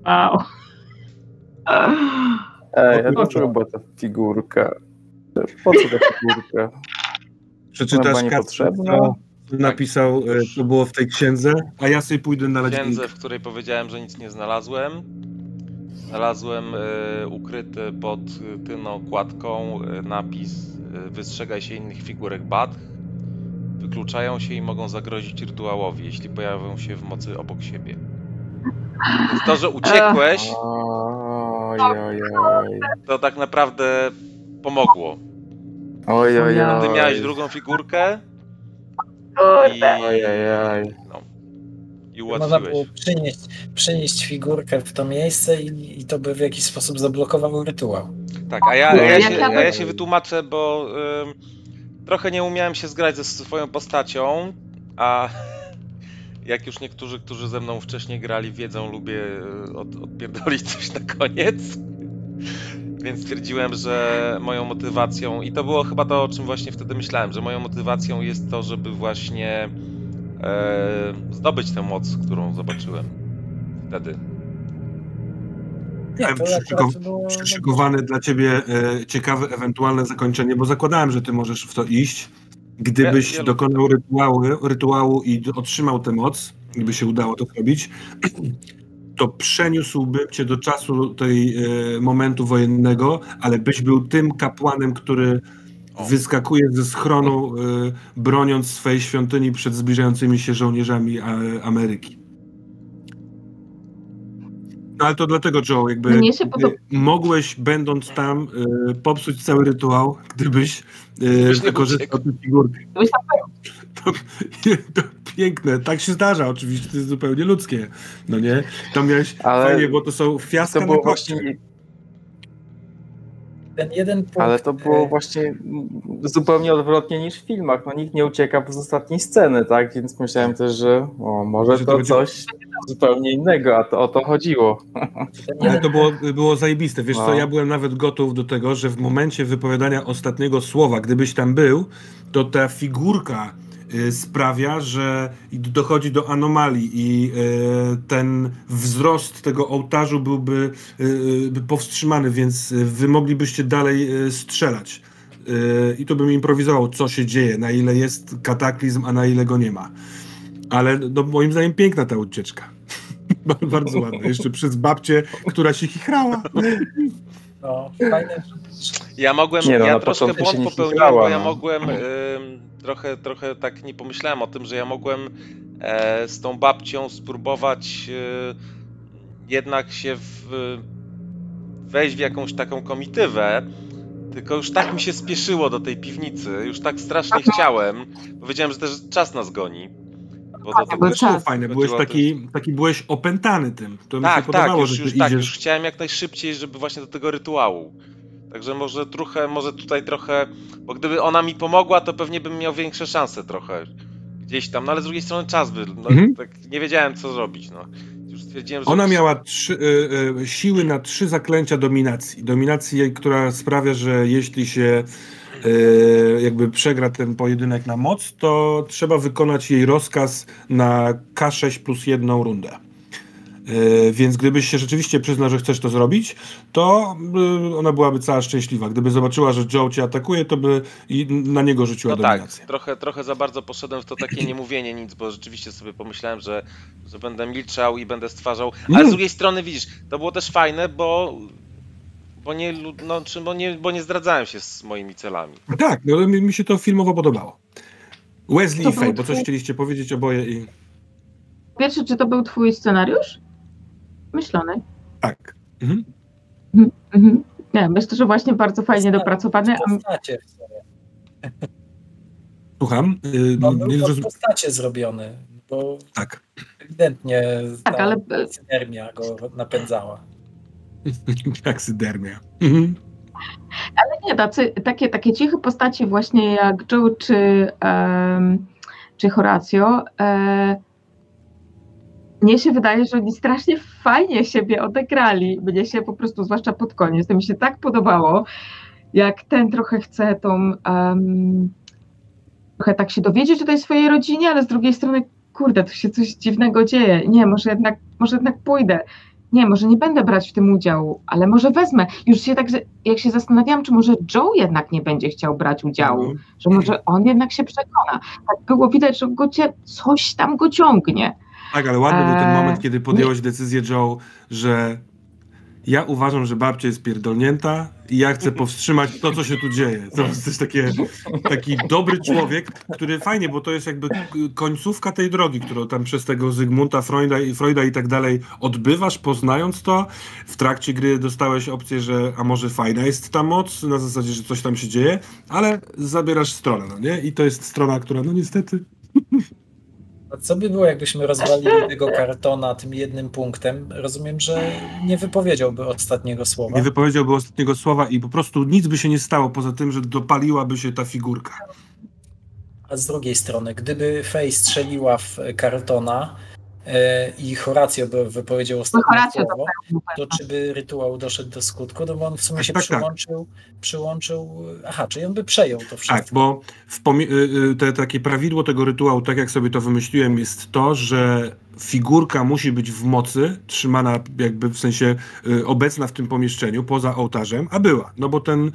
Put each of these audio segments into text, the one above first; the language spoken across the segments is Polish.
Wow. Ej, a dlaczego była ta figurka? Po co ta figurka? Przeczytasz niepotrzebna? co napisał, co było w tej księdze, a ja sobie pójdę na księdze, w której powiedziałem, że nic nie znalazłem. Znalazłem ukryty pod tylną okładką napis wystrzegaj się innych figurek Badh. Wykluczają się i mogą zagrozić rytuałowi, jeśli pojawią się w mocy obok siebie. Więc to, że uciekłeś, to tak naprawdę pomogło. Ty miałeś drugą figurkę i ułatwiłeś. Można było przynieść figurkę w to miejsce i to by w jakiś sposób zablokowało rytuał. Tak, a ja się wytłumaczę, bo trochę nie umiałem się zgrać ze swoją postacią, a jak już niektórzy, którzy ze mną wcześniej grali, wiedzą, lubię odpierdolić coś na koniec. Więc stwierdziłem, że moją motywacją, i to było chyba to, o czym właśnie wtedy myślałem, że moją motywacją jest to, żeby właśnie zdobyć tę moc, którą zobaczyłem wtedy. Miałem przyszykowane dla ciebie ciekawe ewentualne zakończenie, bo zakładałem, że ty możesz w to iść. Gdybyś dokonał rytuału i otrzymał tę moc, gdyby się udało to zrobić, to przeniósłbym cię do czasu tej momentu wojennego, ale byś był tym kapłanem, który wyskakuje ze schronu, broniąc swej świątyni przed zbliżającymi się żołnierzami Ameryki. No ale to dlatego, Joe, jakby mogłeś, będąc tam, popsuć cały rytuał, gdybyś wykorzystał tę figurkę. To piękne, tak się zdarza oczywiście, to jest zupełnie ludzkie, no nie? Tam miałeś fajnie, bo to są fiaska na kości. Ten jeden punkt. Ale to było właśnie zupełnie odwrotnie niż w filmach. No nikt nie ucieka z ostatniej sceny, tak? Więc myślałem też, że może to coś zupełnie innego, a to o to chodziło. Ale to było zajebiste. Wiesz co, ja byłem nawet gotów do tego, że w momencie wypowiadania ostatniego słowa, gdybyś tam był, to ta figurka sprawia, że dochodzi do anomalii i ten wzrost tego ołtarzu byłby powstrzymany, więc wy moglibyście dalej strzelać. I to bym improwizował, co się dzieje, na ile jest kataklizm, a na ile go nie ma. Ale no, moim zdaniem piękna ta ucieczka. Bardzo ładna. Jeszcze przez babcię, która się chichrała. No, fajne. Ja troszkę błąd popełniłem, bo ja mogłem trochę tak nie pomyślałem o tym, że ja mogłem z tą babcią spróbować jednak się wejść w jakąś taką komitywę, tylko już tak mi się spieszyło do tej piwnicy, już tak strasznie chciałem, bo wiedziałem, że też czas nas goni. Bo to też było fajne, byłeś byłeś opętany tym. To mi się podobało, że ty idziesz... już chciałem jak najszybciej, żeby właśnie do tego rytuału. Także może tutaj trochę, bo gdyby ona mi pomogła, to pewnie bym miał większe szanse trochę gdzieś tam, no ale z drugiej strony czas by, tak nie wiedziałem co zrobić, no. Już stwierdziłem, że... Ona miała siły na 3 zaklęcia dominacji. Dominacji, która sprawia, że jeśli się jakby przegra ten pojedynek na moc, to trzeba wykonać jej rozkaz na K6 plus 1 rundę. Więc gdybyś się rzeczywiście przyznał, że chcesz to zrobić, to ona byłaby cała szczęśliwa. Gdyby zobaczyła, że Joe cię atakuje, to by na niego rzuciła dominację. Tak, trochę za bardzo poszedłem w to takie niemówienie nic, bo rzeczywiście sobie pomyślałem, że będę milczał i będę stwarzał. Ale z drugiej strony widzisz, to było też fajne, bo nie zdradzałem się z moimi celami. Tak, no mi się to filmowo podobało. Wesley i Faye, bo coś chcieliście powiedzieć oboje i... Pierwszy, czy to był twój scenariusz? Myślony. Tak. Nie, myślę, że właśnie bardzo fajnie dopracowany. Słucham? W postacie zrobiony, bo tak. Ewidentnie ale synermia go napędzała. Taksydermia. Ale nie, takie ciche postacie właśnie jak Joe czy Horatio, mnie się wydaje, że oni strasznie fajnie siebie odegrali. Mnie się po prostu, zwłaszcza pod koniec, to mi się tak podobało, jak ten trochę chce trochę tak się dowiedzieć o tej swojej rodzinie, ale z drugiej strony, kurde, tu się coś dziwnego dzieje. Nie, może jednak pójdę. nie, może nie będę brać w tym udziału, ale może wezmę. Już się tak, jak się zastanawiałam, czy może Joe jednak nie będzie chciał brać udziału, że może on jednak się przekona. Tak było widać, że coś tam go ciągnie. Tak, ale ładny był ten moment, kiedy podjąłeś decyzję, Joe, że ja uważam, że babcia jest pierdolnięta i ja chcę powstrzymać to, co się tu dzieje. To jest taki dobry człowiek, który fajnie, bo to jest jakby końcówka tej drogi, którą tam przez tego Zygmunta Freuda i tak dalej odbywasz, poznając to. W trakcie gry dostałeś opcję, że a może fajna jest ta moc, na zasadzie, że coś tam się dzieje, ale zabierasz stronę, no nie? I to jest strona, która no niestety... A co by było, jakbyśmy rozwalili tego kartona tym jednym punktem? Rozumiem, że nie wypowiedziałby ostatniego słowa. Nie wypowiedziałby ostatniego słowa i po prostu nic by się nie stało, poza tym, że dopaliłaby się ta figurka. A z drugiej strony, gdyby Faye strzeliła w kartona i Horatio by wypowiedział ostatnie słowo, to czy by rytuał doszedł do skutku? No bo on w sumie się przyłączył... Aha, czyli on by przejął to wszystko. Tak, bo takie prawidło tego rytuału, tak jak sobie to wymyśliłem, jest to, że figurka musi być w mocy, trzymana jakby w sensie obecna w tym pomieszczeniu, poza ołtarzem, a była, no bo ten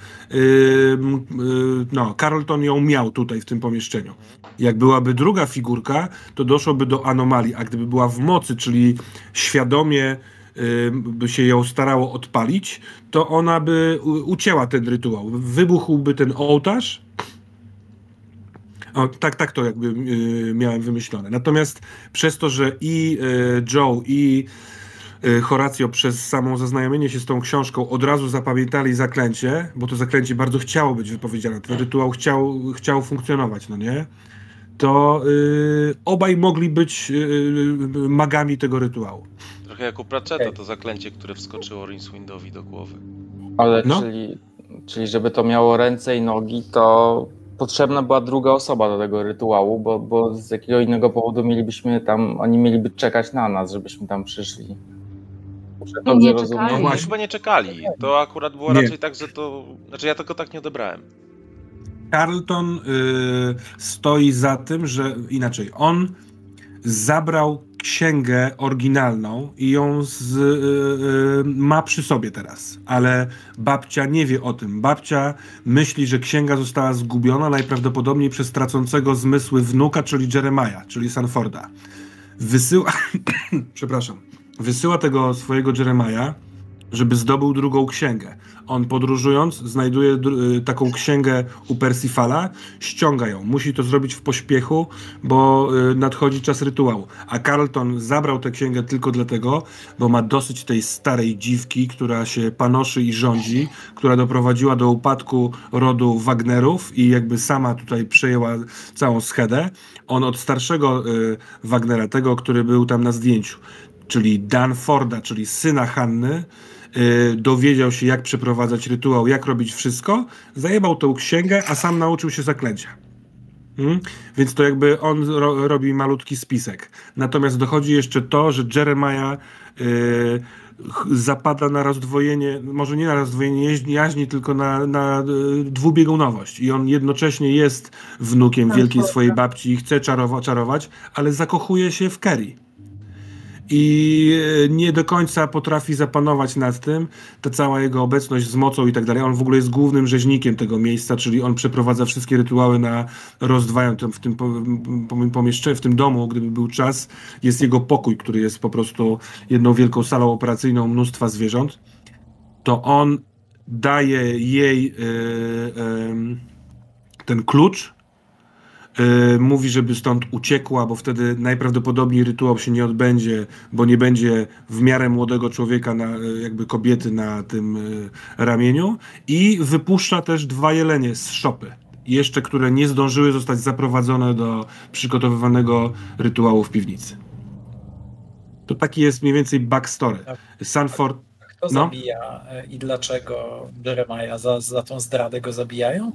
Carlton ją miał tutaj w tym pomieszczeniu. Jak byłaby druga figurka, to doszłoby do anomalii, a gdyby była w mocy, czyli świadomie by się ją starało odpalić, to ona by ucięła ten rytuał. Wybuchłby ten ołtarz. O, tak to jakby miałem wymyślone. Natomiast przez to, że i Joe, i Horatio przez samo zaznajomienie się z tą książką od razu zapamiętali zaklęcie, bo to zaklęcie bardzo chciało być wypowiedziane, ten rytuał chciał funkcjonować, no nie? To obaj mogli być magami tego rytuału. Trochę jak u Pratchetta to zaklęcie, które wskoczyło Rincewindowi do głowy. Ale czyli żeby to miało ręce i nogi, to potrzebna była druga osoba do tego rytuału, bo z jakiego innego powodu oni mieliby czekać na nas, żebyśmy tam przyszli. Nie czekali. No chyba nie czekali. To akurat było raczej tak, że to... Znaczy ja tego tak nie odebrałem. Carlton stoi za tym, że inaczej, on zabrał księgę oryginalną i ją ma przy sobie teraz, ale babcia nie wie o tym. Babcia myśli, że księga została zgubiona najprawdopodobniej przez tracącego zmysły wnuka, czyli Jeremiah, czyli Sanforda. Wysyła tego swojego Jeremiah, żeby zdobył drugą księgę. On podróżując znajduje taką księgę u Persifala, ściąga ją. Musi to zrobić w pośpiechu, bo nadchodzi czas rytuału. A Carlton zabrał tę księgę tylko dlatego, bo ma dosyć tej starej dziwki, która się panoszy i rządzi, która doprowadziła do upadku rodu Wagnerów i jakby sama tutaj przejęła całą schedę. On od starszego Wagnera, tego, który był tam na zdjęciu, czyli Danforda, czyli syna Hanny, dowiedział się, jak przeprowadzać rytuał, jak robić wszystko, zajebał tą księgę, a sam nauczył się zaklęcia. Więc to jakby on robi malutki spisek. Natomiast dochodzi jeszcze to, że Jeremiah zapada na rozdwojenie, może nie na rozdwojenie jaźni, tylko na dwubiegunowość. I on jednocześnie jest wnukiem wielkiej swojej babci i chce czarować, ale zakochuje się w Kerry. I nie do końca potrafi zapanować nad tym, ta cała jego obecność z mocą i tak dalej. On w ogóle jest głównym rzeźnikiem tego miejsca, czyli on przeprowadza wszystkie rytuały na rozdwajaniu. W tym pomieszczeniu, w tym domu, gdyby był czas, jest jego pokój, który jest po prostu jedną wielką salą operacyjną mnóstwa zwierząt. To on daje jej ten klucz, mówi, żeby stąd uciekła, bo wtedy najprawdopodobniej rytuał się nie odbędzie, bo nie będzie w miarę młodego człowieka, jakby kobiety na tym ramieniu, i wypuszcza też 2 jelenie z szopy, jeszcze które nie zdążyły zostać zaprowadzone do przygotowywanego rytuału w piwnicy. To taki jest mniej więcej backstory. Sanford... Kto zabija i dlaczego Jeremiah? Za tą zdradę go zabijają?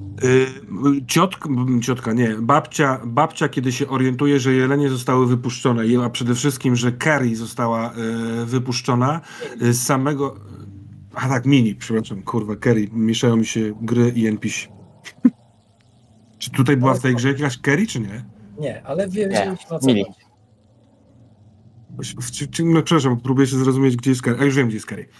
Ciotka, nie. Babcia, kiedy się orientuje, że jelenie zostały wypuszczone, a przede wszystkim, że Carrie została wypuszczona z samego... A tak, Mini, przepraszam, kurwa, Carrie. Mieszają mi się gry i NPC. Czy tutaj była w tej grze jakaś Carrie, czy nie? Nie, ale wiem, nie, o co Mini. chodzi. No, przepraszam, próbuję się zrozumieć, gdzie jest Carrie. A już wiem, gdzie jest Carrie.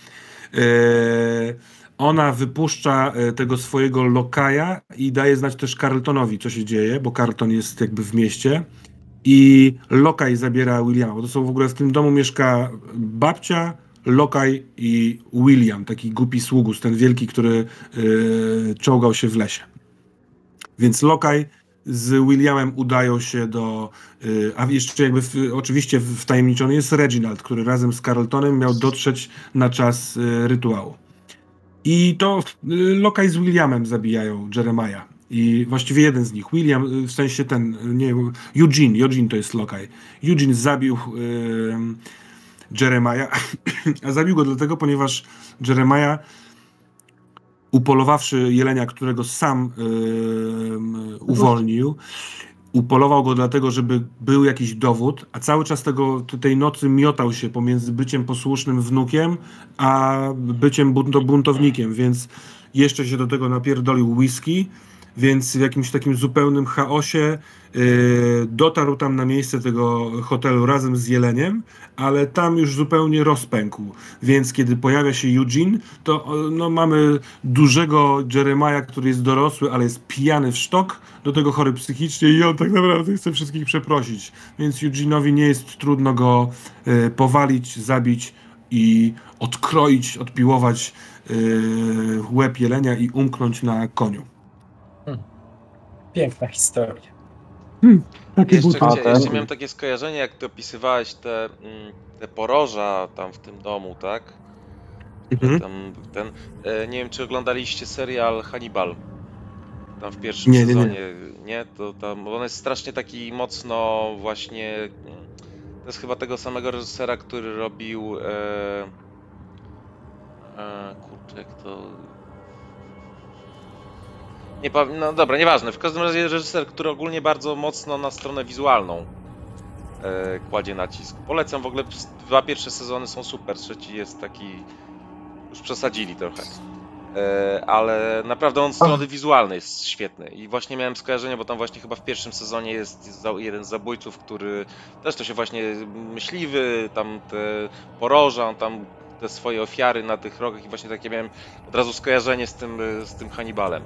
Ona wypuszcza tego swojego lokaja i daje znać też Carltonowi, co się dzieje, bo Carlton jest jakby w mieście. I lokaj zabiera Williama, bo to są w ogóle w tym domu mieszka babcia, lokaj i William, taki głupi sługus, ten wielki, który czołgał się w lesie. Więc lokaj z Williamem udają się do... a jeszcze jakby oczywiście wtajemniczony jest Reginald, który razem z Carltonem miał dotrzeć na czas rytuału. I to lokaj z Williamem zabijają Jeremiah. I właściwie jeden z nich, William, w sensie ten, nie Eugene to jest lokaj. Eugene zabił Jeremiah, a zabił go dlatego, ponieważ Jeremiah, upolowawszy jelenia, którego sam uwolnił, upolował go dlatego, żeby był jakiś dowód, a cały czas tej nocy miotał się pomiędzy byciem posłusznym wnukiem, a byciem buntownikiem, więc jeszcze się do tego napierdolił whisky, więc w jakimś takim zupełnym chaosie dotarł tam na miejsce tego hotelu razem z jeleniem, ale tam już zupełnie rozpękł. Więc kiedy pojawia się Eugene, to mamy dużego Jeremiah, który jest dorosły, ale jest pijany w sztok, do tego chory psychicznie i on tak naprawdę chce wszystkich przeprosić. Więc Eugene'owi nie jest trudno go powalić, zabić i odkroić, odpiłować łeb jelenia i umknąć na koniu. Piękna historia. Jeszcze miałem takie skojarzenie, jak ty opisywałeś te poroża tam w tym domu, tak? Nie wiem, czy oglądaliście serial Hannibal. Tam w pierwszym sezonie. Nie? To tam, on jest strasznie taki mocno właśnie... To jest chyba tego samego reżysera, który robił... kurczę, jak to... No dobra, nieważne. W każdym razie reżyser, który ogólnie bardzo mocno na stronę wizualną kładzie nacisk. Polecam, w ogóle 2 pierwsze sezony są super, trzeci jest taki... Już przesadzili trochę. Ale naprawdę on z strony wizualnej jest świetny. I właśnie miałem skojarzenie, bo tam właśnie chyba w pierwszym sezonie jest jeden z zabójców, który też to się właśnie myśliwy, tam te poroża, on tam te swoje ofiary na tych rogach i właśnie takie miałem od razu skojarzenie z tym Hannibalem.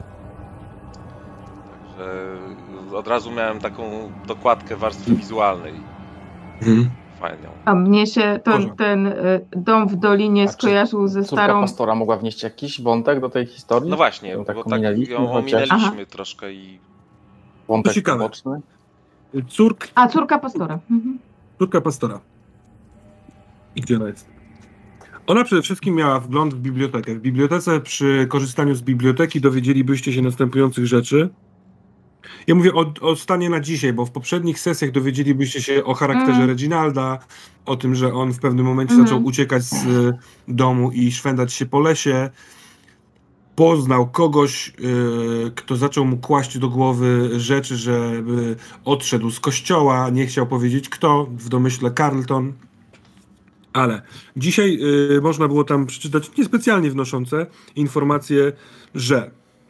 Od razu miałem taką dokładkę warstwy wizualnej. Fajnie. A mnie się ten dom w Dolinie skojarzył ze starą... Pastora mogła wnieść jakiś wątek do tej historii? No właśnie, bo tak ją ominęliśmy troszkę i... Wątek boczny? Córka pastora. Córka pastora. I gdzie ona jest? Ona przede wszystkim miała wgląd w bibliotekę. W bibliotece przy korzystaniu z biblioteki dowiedzielibyście się następujących rzeczy. Ja mówię o stanie na dzisiaj, bo w poprzednich sesjach dowiedzielibyście się o charakterze Reginalda, o tym, że on w pewnym momencie zaczął uciekać z domu i szwendać się po lesie. Poznał kogoś, kto zaczął mu kłaść do głowy rzeczy, żeby odszedł z kościoła, nie chciał powiedzieć kto, w domyśle Carlton. Ale dzisiaj można było tam przeczytać niespecjalnie wnoszące informacje, że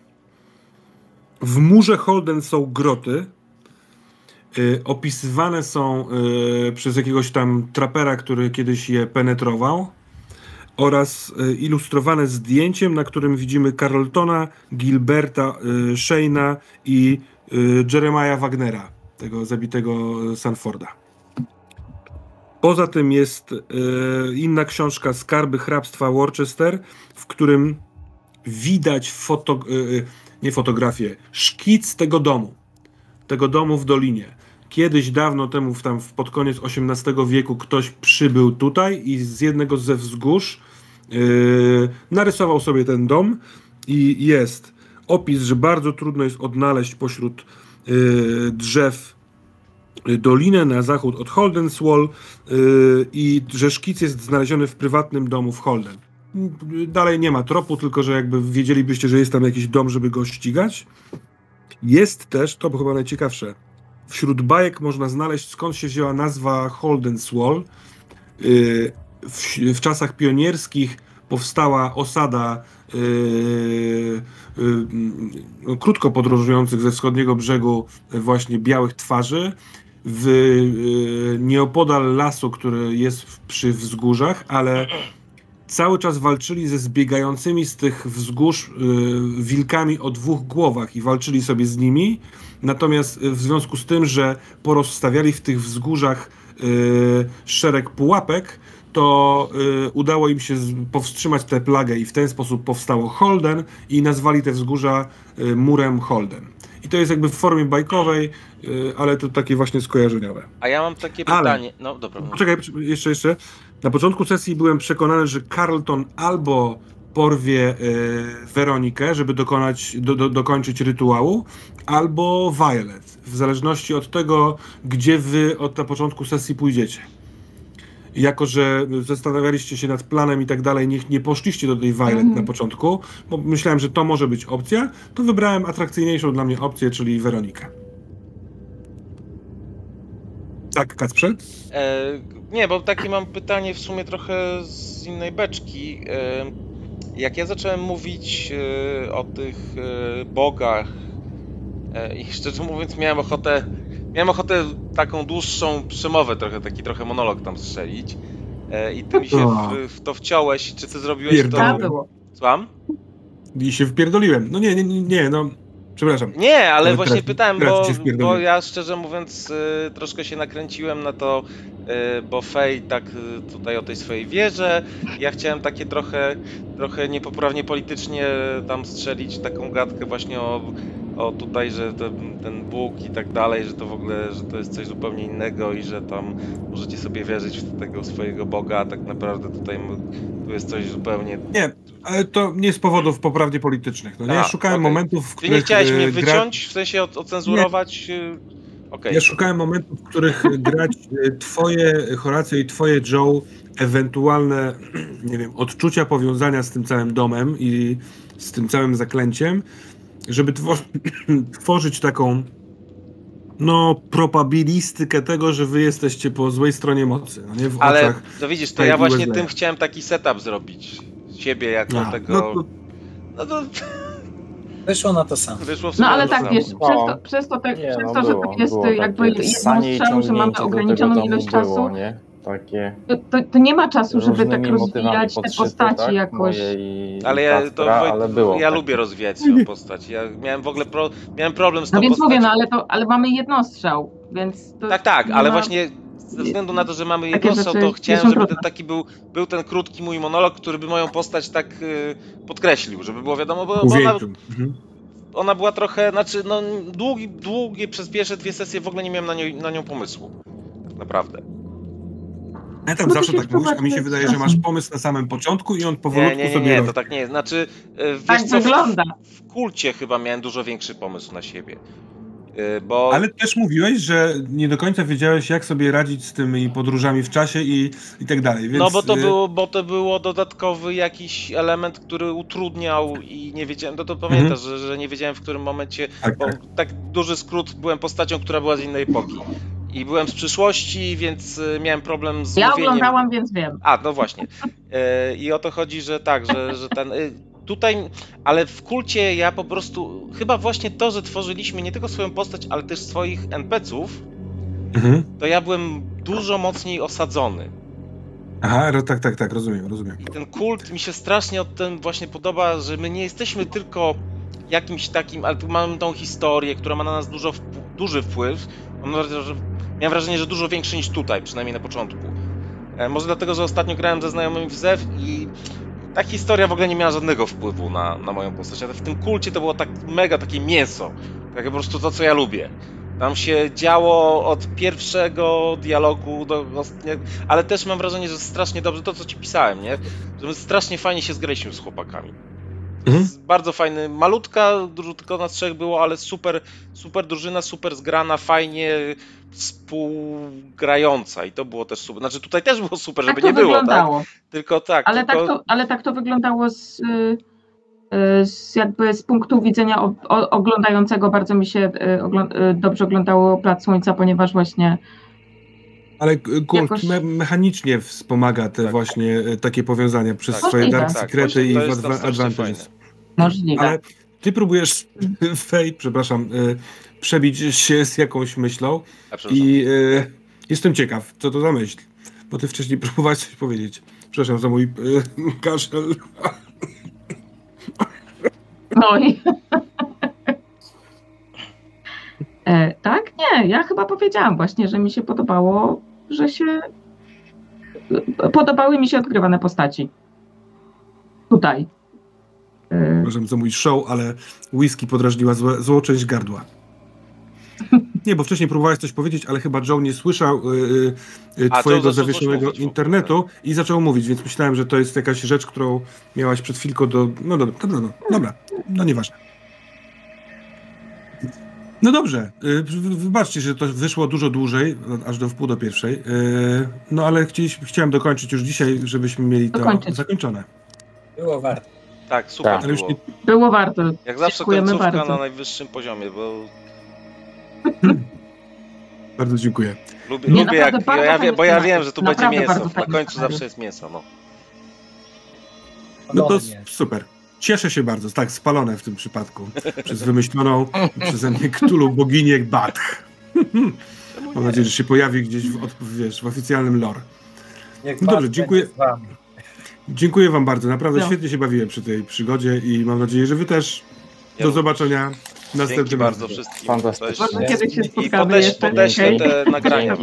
w murze Holden są groty, opisywane są przez jakiegoś tam trapera, który kiedyś je penetrował, oraz ilustrowane zdjęciem, na którym widzimy Carltona, Gilberta, Shane'a i Jeremiah Wagnera, tego zabitego Sanforda. Poza tym jest inna książka Skarby hrabstwa Worcester, w którym widać nie fotografię, szkic tego domu w Dolinie. Kiedyś, dawno temu, pod koniec XVIII wieku ktoś przybył tutaj i z jednego ze wzgórz narysował sobie ten dom i jest opis, że bardzo trudno jest odnaleźć pośród drzew dolinę na zachód od Holden's Wall i że szkic jest znaleziony w prywatnym domu w Holden. Dalej nie ma tropu, tylko że jakby wiedzielibyście, że jest tam jakiś dom, żeby go ścigać. Jest też, to chyba najciekawsze, wśród bajek można znaleźć, skąd się wzięła nazwa Holden's Wall. W czasach pionierskich powstała osada krótko podróżujących ze wschodniego brzegu właśnie białych twarzy. nieopodal lasu, który jest przy wzgórzach, ale cały czas walczyli ze zbiegającymi z tych wzgórz wilkami o 2 głowach i walczyli sobie z nimi. Natomiast w związku z tym, że porozstawiali w tych wzgórzach szereg pułapek, to udało im się powstrzymać tę plagę i w ten sposób powstało Holden i nazwali te wzgórza murem Holden. I to jest jakby w formie bajkowej, ale to takie właśnie skojarzeniowe. A ja mam takie pytanie. No dobra. Poczekaj, jeszcze. Na początku sesji byłem przekonany, że Carlton albo porwie Weronikę, żeby dokończyć rytuału, albo Violet, w zależności od tego, gdzie wy na początku sesji pójdziecie. Jako że zastanawialiście się nad planem i tak dalej, nie poszliście do tej Violet na początku, bo myślałem, że to może być opcja, to wybrałem atrakcyjniejszą dla mnie opcję, czyli Weronikę. Tak, Kacprze? Nie, bo takie mam pytanie w sumie trochę z innej beczki. Jak ja zacząłem mówić o tych bogach i szczerze mówiąc miałem ochotę taką dłuższą przemowę, trochę monolog tam strzelić. I ty mi się w to wciąłeś. Czy ty zrobiłeś to? Słucham? I się wpierdoliłem. No nie, no przepraszam. Nie, ale właśnie pytałem, bo ja szczerze mówiąc troszkę się nakręciłem na to, bo Fej tak tutaj o tej swojej wierze. Ja chciałem takie trochę niepoprawnie politycznie tam strzelić taką gadkę właśnie o tutaj, że ten Bóg i tak dalej, że to w ogóle, że to jest coś zupełnie innego i że tam możecie sobie wierzyć w tego swojego Boga, a tak naprawdę tutaj tu jest coś zupełnie... Nie, ale to nie z powodów poprawnie politycznych. No, ja szukałem momentów, w których... Ty nie chciałeś mnie wyciąć, w sensie ocenzurować? Okay. Ja szukałem momentów, w których grać twoje, Horacio i twoje Joe, ewentualne, nie wiem, odczucia powiązania z tym całym domem i z tym całym zaklęciem, żeby tworzyć taką probabilistykę tego, że wy jesteście po złej stronie mocy. No nie w oczach. To widzisz, to ja właśnie tym chciałem taki setup zrobić. Siebie jako tego... No to... Wyszło na to samo. No ale tak, wiesz, przez to, że to jest jakby jednostrzał, że mamy ograniczoną ilość czasu, to nie ma czasu, żeby tak rozwijać te postaci jakoś. Ale ja lubię rozwijać swoją postać. Ja miałem w ogóle problem z tą postacią. No więc mówię, ale mamy jednostrzał, więc... Tak, ale właśnie ze względu na to, że mamy jednostrzał, to chciałem, żeby taki był ten krótki mój monolog, który by moją postać tak podkreślił, żeby było wiadomo, bo ona była trochę, znaczy długie przez pierwsze 2 sesje w ogóle nie miałem na nią pomysłu. Naprawdę. Ja tam zawsze tak mówisz, a mi się wydaje, że masz pomysł na samym początku i on powolutku sobie... Nie, to tak nie jest. Znaczy, wiesz co, w kulcie chyba miałem dużo większy pomysł na siebie. Ale też mówiłeś, że nie do końca wiedziałeś, jak sobie radzić z tymi podróżami w czasie i tak dalej, więc... No bo to było dodatkowy jakiś element, który utrudniał i nie wiedziałem, to pamiętasz, że nie wiedziałem w którym momencie, tak duży skrót, byłem postacią, która była z innej epoki. I byłem z przyszłości, więc miałem problem z mówieniem. Ja oglądałam, więc wiem. No właśnie. I o to chodzi, że tak, że ten... Tutaj, ale w kulcie ja po prostu... Chyba właśnie to, że tworzyliśmy nie tylko swoją postać, ale też swoich NPC-ów, to ja byłem dużo mocniej osadzony. Aha, tak, rozumiem. I ten kult mi się strasznie od tym właśnie podoba, że my nie jesteśmy tylko jakimś takim, ale tu mamy tą historię, która ma na nas duży wpływ. Miałem wrażenie, że dużo większy niż tutaj, przynajmniej na początku. Może dlatego, że ostatnio grałem ze znajomymi w ZEW i ta historia w ogóle nie miała żadnego wpływu na moją postać. Ale w tym kulcie to było tak mega takie mięso. Takie po prostu to, co ja lubię. Tam się działo od pierwszego dialogu do ostatniego, ale też mam wrażenie, że strasznie dobrze, to co ci pisałem, nie? Że my strasznie fajnie się zgraliśmy z chłopakami. Bardzo fajny, malutka, tylko nas 3 było, ale super drużyna, super zgrana, fajnie współgrająca i to było też super. Znaczy tutaj też było super, żeby nie było, tak? Tylko tak. Ale tak to wyglądało jakby z punktu widzenia oglądającego. Bardzo mi się dobrze oglądało Plac Słońca, ponieważ właśnie... Ale kult mechanicznie wspomaga te właśnie takie powiązania przez swoje dark secrety i advantages. Możliwe. Ale ty próbujesz, Fej, przepraszam, przebić się z jakąś myślą i jestem ciekaw, co to za myśl, bo ty wcześniej próbowałeś coś powiedzieć. Przepraszam za mój kaszel. No i... tak? Nie, ja chyba powiedziałam właśnie, że mi się podobało, że się... Podobały mi się odgrywane postaci. Tutaj. Przepraszam za mój show, ale whisky podrażniła złą część gardła. Nie, bo wcześniej próbowałeś coś powiedzieć, ale chyba Joe nie słyszał twojego zawieszonego internetu i zaczął mówić, więc myślałem, że to jest jakaś rzecz, którą miałaś przed chwilką do... No dobra, nieważne. No dobrze, wybaczcie, że to wyszło dużo dłużej, aż do 1:30. No ale chciałem dokończyć już dzisiaj, żebyśmy mieli to zakończone. Było warto. Tak, super tak. było. Było warto. Jak zawsze końcówka na najwyższym poziomie, bo... Bardzo dziękuję. Lubię jak... Bo ja wiem, że tu będzie mięso. Na końcu zawsze jest mięso, no. No to super. Cieszę się bardzo. Tak, spalone w tym przypadku. Przez wymyśloną przeze mnie Cthulhu boginię Batch. Mam nadzieję, że się pojawi gdzieś w oficjalnym lore. No dobrze, dziękuję. Dziękuję wam bardzo. Naprawdę świetnie się bawiłem przy tej przygodzie i mam nadzieję, że wy też. Do zobaczenia następnym razem. Dzięki bardzo wszystkim. Fantastycznie. Może kiedyś się spotkamy I podeślę te nagrania.